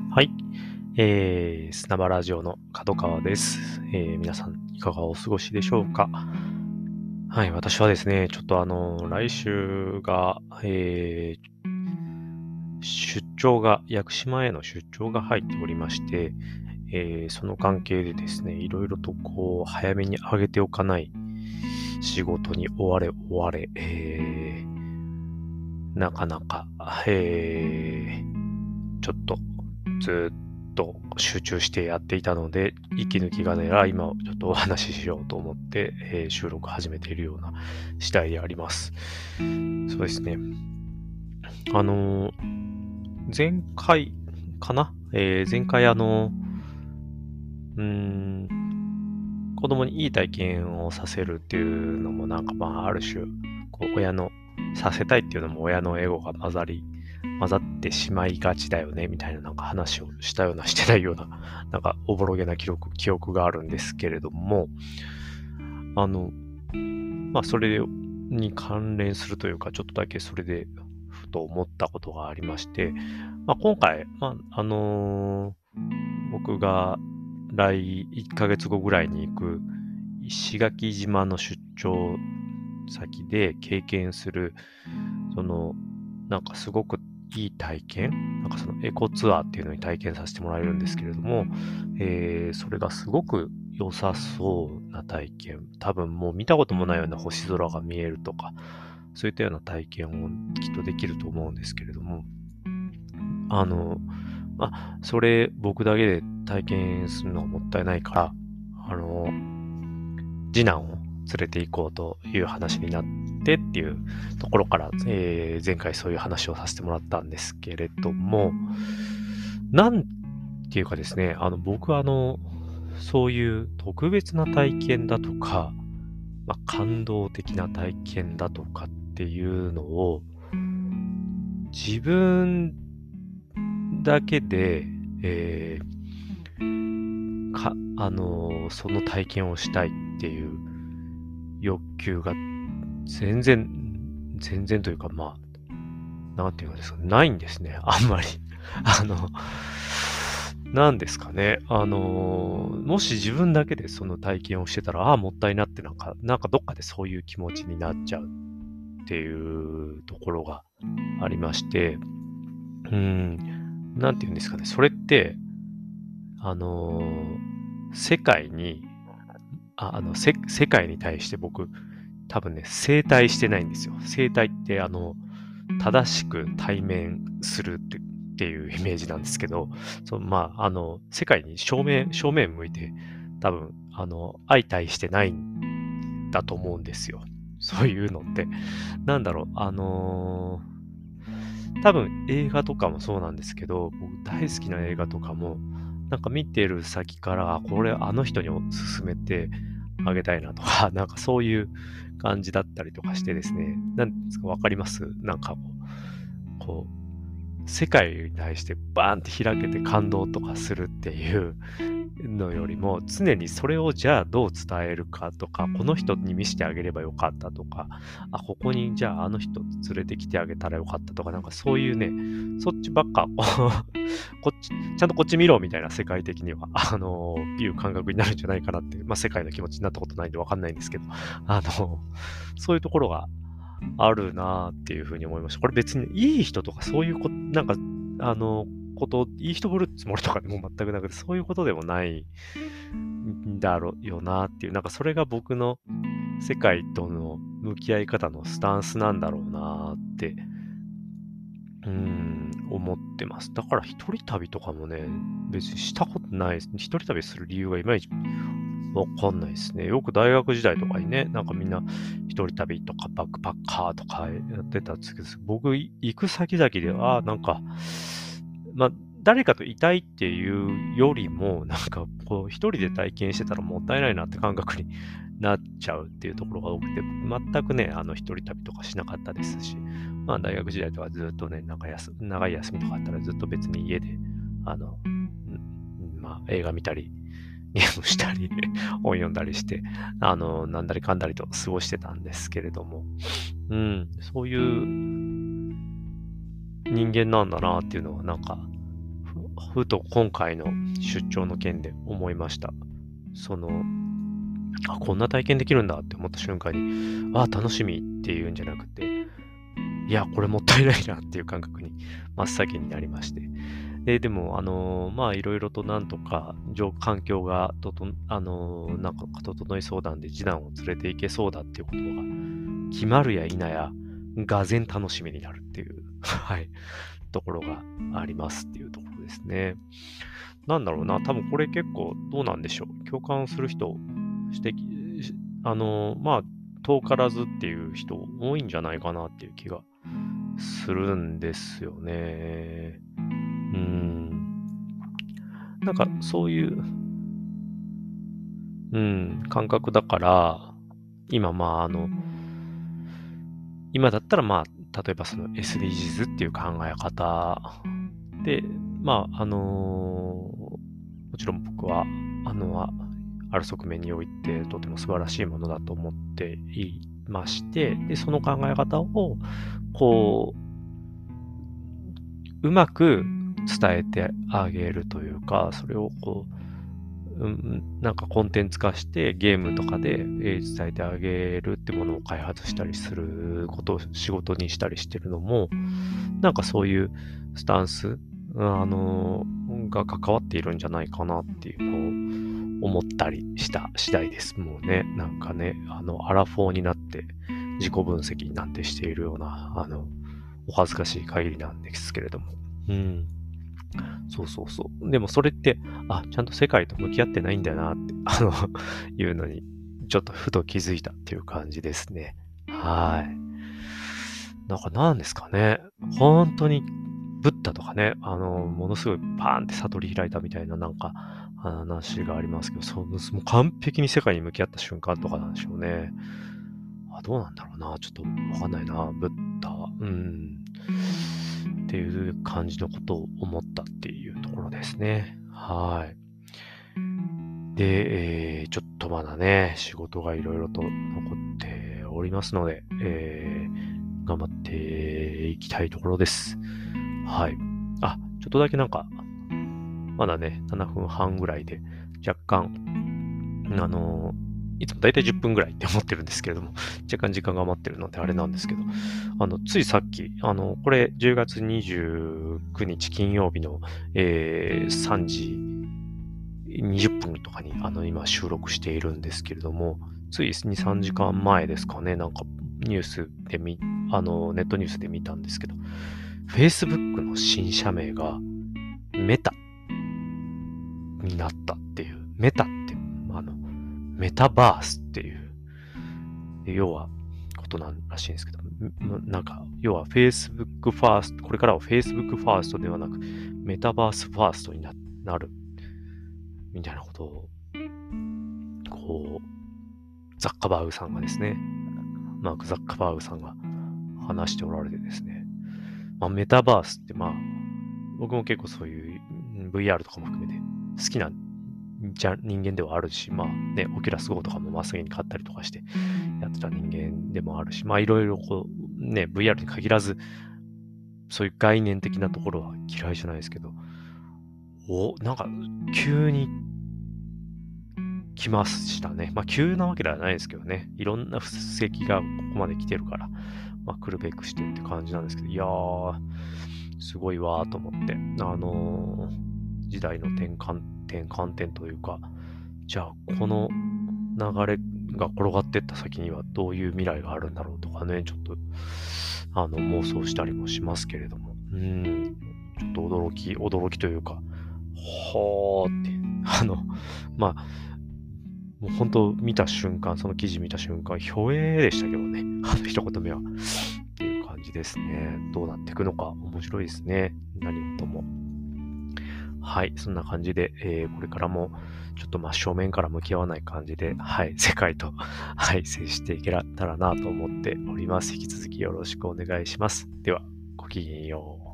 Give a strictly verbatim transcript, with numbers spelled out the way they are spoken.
はい。えー、砂場ラジオの角川です。えー、皆さん、いかがお過ごしでしょうか。はい、私はですね、ちょっとあの、来週が、えー、出張が、屋久島への出張が入っておりまして、えーその関係でですね、いろいろとこう、早めに上げておかない仕事に追われ追われ、えーなかなか、えーちょっとずっと集中してやっていたので、息抜きがねら今ちょっとお話ししようと思って、えー収録始めているような次第であります。そうですね。あのー前回かな、えー前回あのーうーん、子供にいい体験をさせるっていうのもなんかまあある種、こう親の、させたいっていうのも親のエゴが混ざり、混ざってしまいがちだよねみたいななんか話をしたようなしてないようななんかおぼろげな記憶記憶があるんですけれども、あのまあそれに関連するというかちょっとだけそれでふと思ったことがありまして、まあ、今回、まああのー僕が来いっかげつごぐらいに行く石垣島の出張先で経験するそのなんかすごくいい体験、なんかそのエコツアーっていうのに体験させてもらえるんですけれども、えーそれがすごく良さそうな体験、多分もう見たこともないような星空が見えるとか、そういったような体験をきっとできると思うんですけれども、あの、まあ、それ僕だけで体験するのはもったいないから、あの、次男を連れて行こうという話になってっていうところから、えー前回そういう話をさせてもらったんですけれども、なんていうかですね、あの、僕はあの、そういう特別な体験だとか、まあ、感動的な体験だとかっていうのを自分だけで、えーか、あのーその体験をしたいっていう欲求が全然、全然というか、まあ、なんていうかですか、ないんですね。あんまり。あの、なんですかね。あのーもし自分だけでその体験をしてたら、ああ、もったいなってなんか、なんかどっかでそういう気持ちになっちゃうっていうところがありまして、うーん、なんていうんですかね。それって、あのー世界に、あ、あの、せ、世界に対して僕、多分ね、正対してないんですよ。正対って、あの、正しく対面するってっていうイメージなんですけど、そのまあ、あの、世界に正面、正面向いて、多分、あの、相対してないんだと思うんですよ。そういうのって。なんだろう、あのー多分映画とかもそうなんですけど、僕大好きな映画とかも、なんか見てる先から、あこれあの人にお勧めてあげたいなとか、なんかそういう感じだったりとかしてですね、なんですか、わかります？なんかこう、こう世界に対してバーンって開けて感動とかするっていうのよりも、常にそれをじゃあどう伝えるかとか、この人に見せてあげればよかったとか、あ、ここにじゃああの人連れてきてあげたらよかったとか、なんかそういうね、そっちばっか、こっち、ちゃんとこっち見ろみたいな世界的には、あのー、いう感覚になるんじゃないかなっていう、まあ世界の気持ちになったことないんでわかんないんですけど、あのそういうところがあるなっていうふうに思いました。これ別にいい人とかそういうこと、なんか、あの、こと、いい人ぶるつもりとかでも全くなくて、そういうことでもないんだろうよなっていう、なんかそれが僕の世界との向き合い方のスタンスなんだろうなって、うーん、思ってます。だから一人旅とかもね、別にしたことないです。一人旅する理由がいまいちわかんないですね。よく大学時代とかにね、なんかみんな一人旅とかバックパッカーとかやってたんですけど、僕い行く先々で、ああ、なんか、まあ、誰かといたいっていうよりも、なんかこう一人で体験してたらもったいないなって感覚になっちゃうっていうところが多くて、全くね、あの一人旅とかしなかったですし、まあ大学時代とかずっとね、なんかやす長い休みとかあったらずっと別に家で、あの、んまあ映画見たり、ゲームしたり、本読んだりして、あの、なんだりかんだりと過ごしてたんですけれども、うん、そういう人間なんだなっていうのは、なんか、 ふと今回の出張の件で思いました。その、あ、こんな体験できるんだって思った瞬間に、あ、楽しみっていうんじゃなくて、いや、これもったいないなっていう感覚に真っ先になりまして。で、でも、あのーまあ、いろいろとなんとか、状環境がとと、あのーなんか整いそうなんで、次男を連れて行けそうだっていうことが決まるや否や、がぜん楽しみになるっていう、はい、ところがありますっていうところですね。なんだろうな、多分これ結構どうなんでしょう。共感する人、指摘、しあのーまあ、遠からずっていう人多いんじゃないかなっていう気がするんですよね。うーん。なんかそういう、うん、感覚だから、今まああの、今だったらまあ、例えばその エスディージーズ っていう考え方で、まああのもちろん僕は、あの、あある側面においてとても素晴らしいものだと思っていまして、で、その考え方を、こう、うまく伝えてあげるというか、それをこう、うん、なんかコンテンツ化してゲームとかでえー伝えてあげるってものを開発したりすることを仕事にしたりしてるのも、なんかそういうスタンス、あのが関わっているんじゃないかなっていうのを思ったりした次第です。もうね、なんかね、あの、アラフォーになって自己分析なんてしているような、あの、お恥ずかしい限りなんですけれども。うん。そうそうそう。でもそれって、あ、ちゃんと世界と向き合ってないんだよなって、あの、いうのに、ちょっとふと気づいたっていう感じですね。はい。なんか何ですかね。本当に、ブッダとかね、あの、ものすごいパーンって悟り開いたみたいななんか話がありますけど、そう、もう完璧に世界に向き合った瞬間とかなんでしょうね。あ、どうなんだろうな。ちょっとわかんないな。ブッダ。うん。っていう感じのことを思ったっていうところですね。はい。で、えーちょっとまだね、仕事がいろいろと残っておりますので、えー頑張っていきたいところです。はい。あ、ちょっとだけなんか、まだね、ななふんはんぐらいで、若干、あのいつもだいたいじゅっぷんぐらいって思ってるんですけれども、若干時間が余ってるのであれなんですけど、あの、ついさっき、あの、これじゅうがつにじゅうくにち金曜日の、えーさんじにじゅっぷんとかに、あの、今収録しているんですけれども、ついに、さんじかんまえですかね、なんかニュースで見、あの、ネットニュースで見たんですけど、Facebook の新社名がメタになったっていう、メタって、あの、メタバースっていう、要は、ことなんらしいんですけど、なんか、要は Facebook ファースト、これからは Facebook ファーストではなく、メタバースファーストにななる、みたいなことを、こう、ザッカバーグさんがですね、マーク・ザッカバーグさんが話しておられてですね、まあ、メタバースって、まあ、僕も結構そういう ブイアール とかも含めて好きなじゃ人間ではあるし、まあね、オキュラスゴーとかも真っ先に買ったりとかしてやってた人間でもあるし、まあいろいろこう、ね、ブイアール に限らず、そういう概念的なところは嫌いじゃないですけど、お、なんか急に来ましたね。まあ急なわけではないですけどね、いろんな布石がここまで来てるから、まあ来るべくしてって感じなんですけど、いやー、すごいわーと思って、あのー時代の転換点、観点というか、じゃあこの流れが転がっていった先にはどういう未来があるんだろうとかね、ちょっとあの妄想したりもしますけれども、うん、ちょっと驚き、驚きというか、ほーって、あの、まあ、もう本当見た瞬間、その記事見た瞬間、ひょえーでしたけどね、あの一言目は。っていう感じですね。どうなっていくのか面白いですね。何事も。はい、そんな感じで、えーこれからも、ちょっとまあ正面から向き合わない感じで、はい、世界と、はい、接していけたらなと思っております。引き続きよろしくお願いします。では、ごきげんよう。